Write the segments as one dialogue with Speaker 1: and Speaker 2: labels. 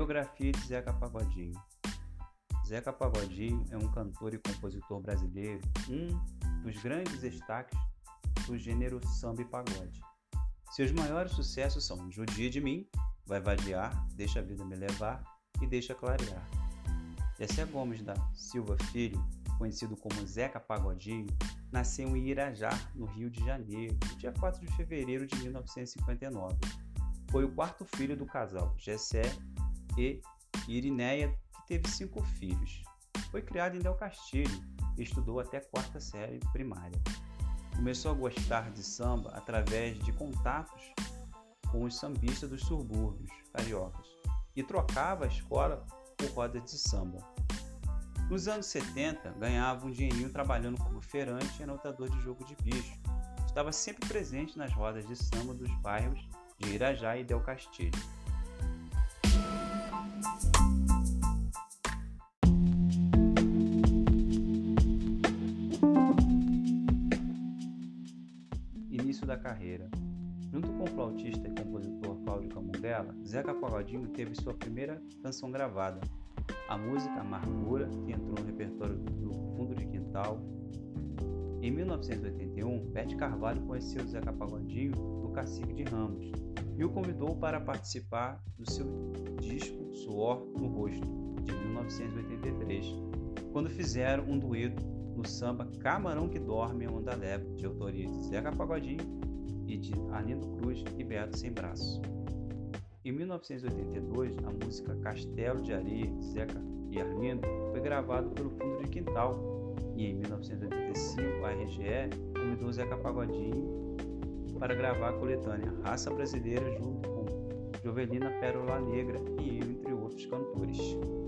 Speaker 1: Biografia de Zeca Pagodinho. Zeca Pagodinho é um cantor e compositor brasileiro, um dos grandes destaques do gênero samba e pagode. Seus maiores sucessos são Judia de Mim, Vai Vadiar, Deixa a Vida Me Levar e Deixa Clarear. Jessé Gomes da Silva Filho, conhecido como Zeca Pagodinho, nasceu em Irajá, no Rio de Janeiro, no dia 4 de fevereiro de 1959. Foi o quarto filho do casal Jessé e Irineia, que teve 5 filhos. Foi criado em Del Castilho e estudou até a 4ª série primária. Começou a gostar de samba através de contatos com os sambistas dos subúrbios cariocas e trocava a escola por rodas de samba. Nos anos 70, ganhava um dinheirinho trabalhando como feirante e anotador de jogo de bicho. Estava sempre presente nas rodas de samba dos bairros de Irajá e Del Castilho. Início da carreira. Junto com o flautista e compositor Cláudio Camungela, Zeca Pagodinho teve sua primeira canção gravada, a música Amargura, que entrou no repertório do Fundo de Quintal. Em 1981, Bete Carvalho conheceu Zeca Pagodinho no Cacique de Ramos e o convidou para participar do seu disco Suor no Rosto, de 1983, quando fizeram um dueto no samba Camarão que Dorme a Onda Leva, de autoria de Zeca Pagodinho e de Arlindo Cruz e Beato Sem Braço. Em 1982, a música Castelo de Areia, de Zeca e Arlindo, foi gravada pelo Fundo de Quintal, e em 1985 a RGE convidou Zeca Pagodinho para gravar a coletânea Raça Brasileira junto com Jovelina Pérola Negra e eu, entre outros cantores.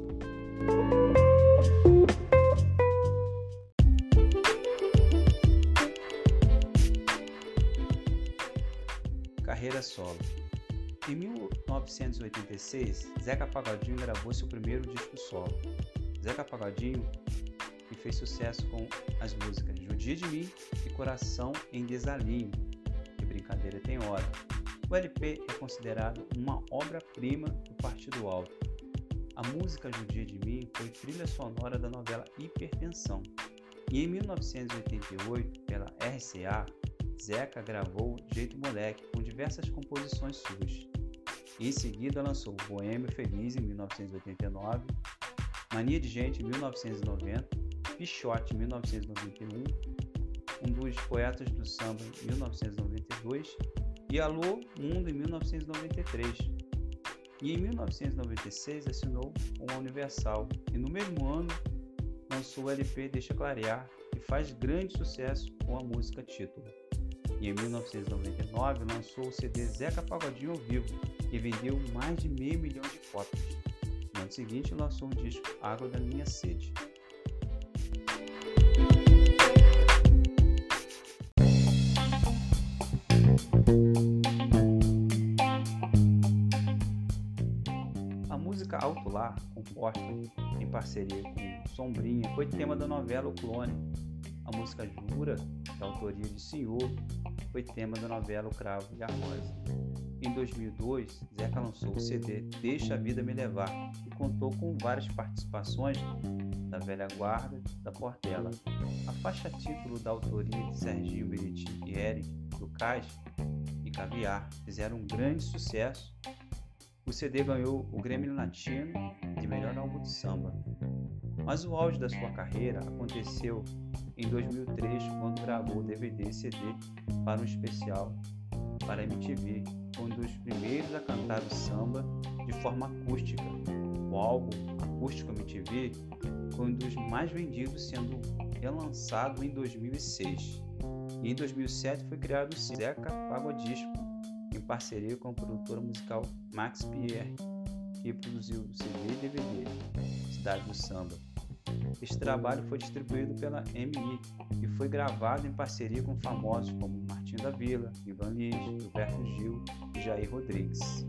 Speaker 1: Carreira solo. Em 1986, Zeca Pagodinho gravou seu primeiro disco solo. Zeca Pagodinho, que fez sucesso com as músicas Judia de Mim e Coração em Desalinho, que brincadeira tem hora. O LP é considerado uma obra-prima do Partido Alto. A música Judia de Mim foi trilha sonora da novela Hipertensão. E em 1988, pela RCA, Zeca gravou Jeito Moleque, com diversas composições suas. Em seguida lançou Boêmio Feliz, em 1989, Mania de Gente, em 1990, Pichote, em 1991, Um dos Poetas do Samba, em 1992 e Alô Mundo, em 1993. E em 1996 assinou com a Universal e no mesmo ano lançou o LP Deixa Clarear, que faz grande sucesso com a música título. E em 1999 lançou o CD Zeca Pagodinho ao Vivo, que vendeu mais de 500 mil de cópias. No ano seguinte lançou o disco Água da Minha Sede. A música Alto Lá, composta em parceria com Sombrinha, foi tema da novela O Clone. A música Jura, da autoria de Senhor, foi tema da novela O Cravo e a Rosa. Em 2002, Zeca lançou o CD Deixa a Vida Me Levar e contou com várias participações da velha guarda da Portela. A faixa título da autoria de Serginho Meriti e Eric do Cais e Caviar fizeram um grande sucesso. O CD ganhou o Grêmio Latino de melhor álbum de samba. Mas o auge da sua carreira aconteceu em 2003, quando gravou o DVD e CD para um especial para a MTV. Foi um dos primeiros a cantar o samba de forma acústica. O álbum Acústico MTV foi um dos mais vendidos, sendo relançado em 2006. E em 2007 foi criado o Zeca Pagodisco, em parceria com a produtora musical Max Pierre, que produziu o CD e DVD Cidade do Samba. Esse trabalho foi distribuído pela MI e foi gravado em parceria com famosos como Martinho da Vila, Ivan Lins, Gilberto Gil e Jair Rodrigues.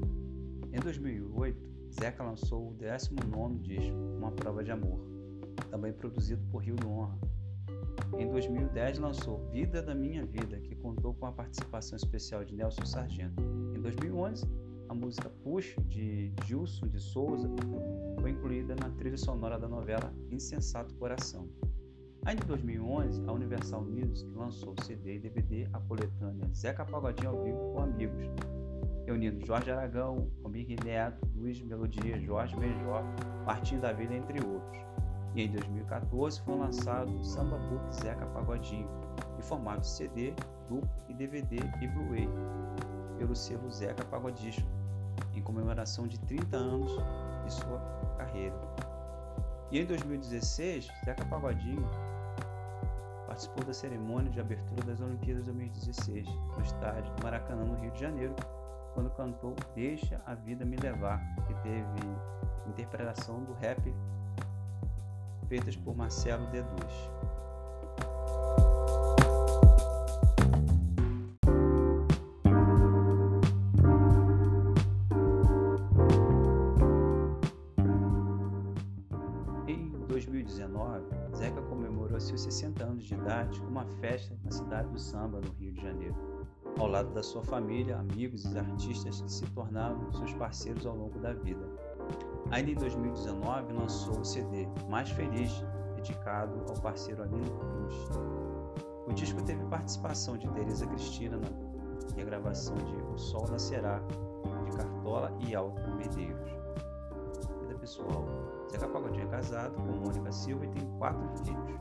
Speaker 1: Em 2008, Zeca lançou o 19º disco, Uma Prova de Amor. também produzido por Rio do Honra. Em 2010 lançou Vida da Minha Vida, que contou com a participação especial de Nelson Sargento. Em 2011, a música Push, de Gilson de Souza, foi incluída na trilha sonora da novela Insensato Coração. Ainda em 2011, a Universal Music lançou CD e DVD a coletânea Zeca Pagodinho ao vivo com amigos, reunindo Jorge Aragão, Almir Neto, Luiz Melodia, Jorge Benjor, Martinho da Vila, entre outros. E em 2014 foi lançado o Samba Book Zeca Pagodinho, em formato CD, duplo e DVD e Blu-ray, pelo selo Zeca Pagodisco, em comemoração de 30 anos de sua carreira. E em 2016, Zeca Pagodinho participou da cerimônia de abertura das Olimpíadas 2016, no estádio do Maracanã, no Rio de Janeiro, quando cantou Deixa a Vida Me Levar, que teve interpretação do rap feitas por Marcelo D2. Em 2019, Zeca comemorou seus 60 anos de idade com uma festa na cidade do Samba, no Rio de Janeiro, ao lado da sua família, amigos e artistas que se tornaram seus parceiros ao longo da vida. Ainda em 2019, lançou o CD Mais Feliz, dedicado ao parceiro Alino Cruz. O disco teve participação de Tereza Cristina na regravação de O Sol Nascerá, de Cartola e Alto Medeiros. Vida pessoal: Zeca Pagodinho é casado com Mônica Silva e tem 4 filhos.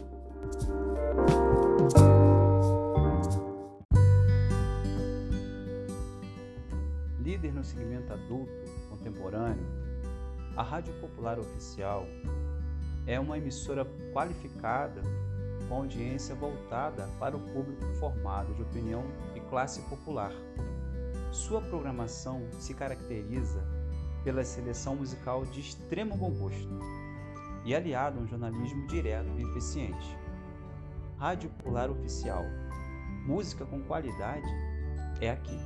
Speaker 1: Líder no segmento adulto contemporâneo, a Rádio Popular Oficial é uma emissora qualificada com audiência voltada para o público formado de opinião e classe popular. Sua programação se caracteriza pela seleção musical de extremo bom gosto e aliado a um jornalismo direto e eficiente. Rádio Popular Oficial, música com qualidade é aqui.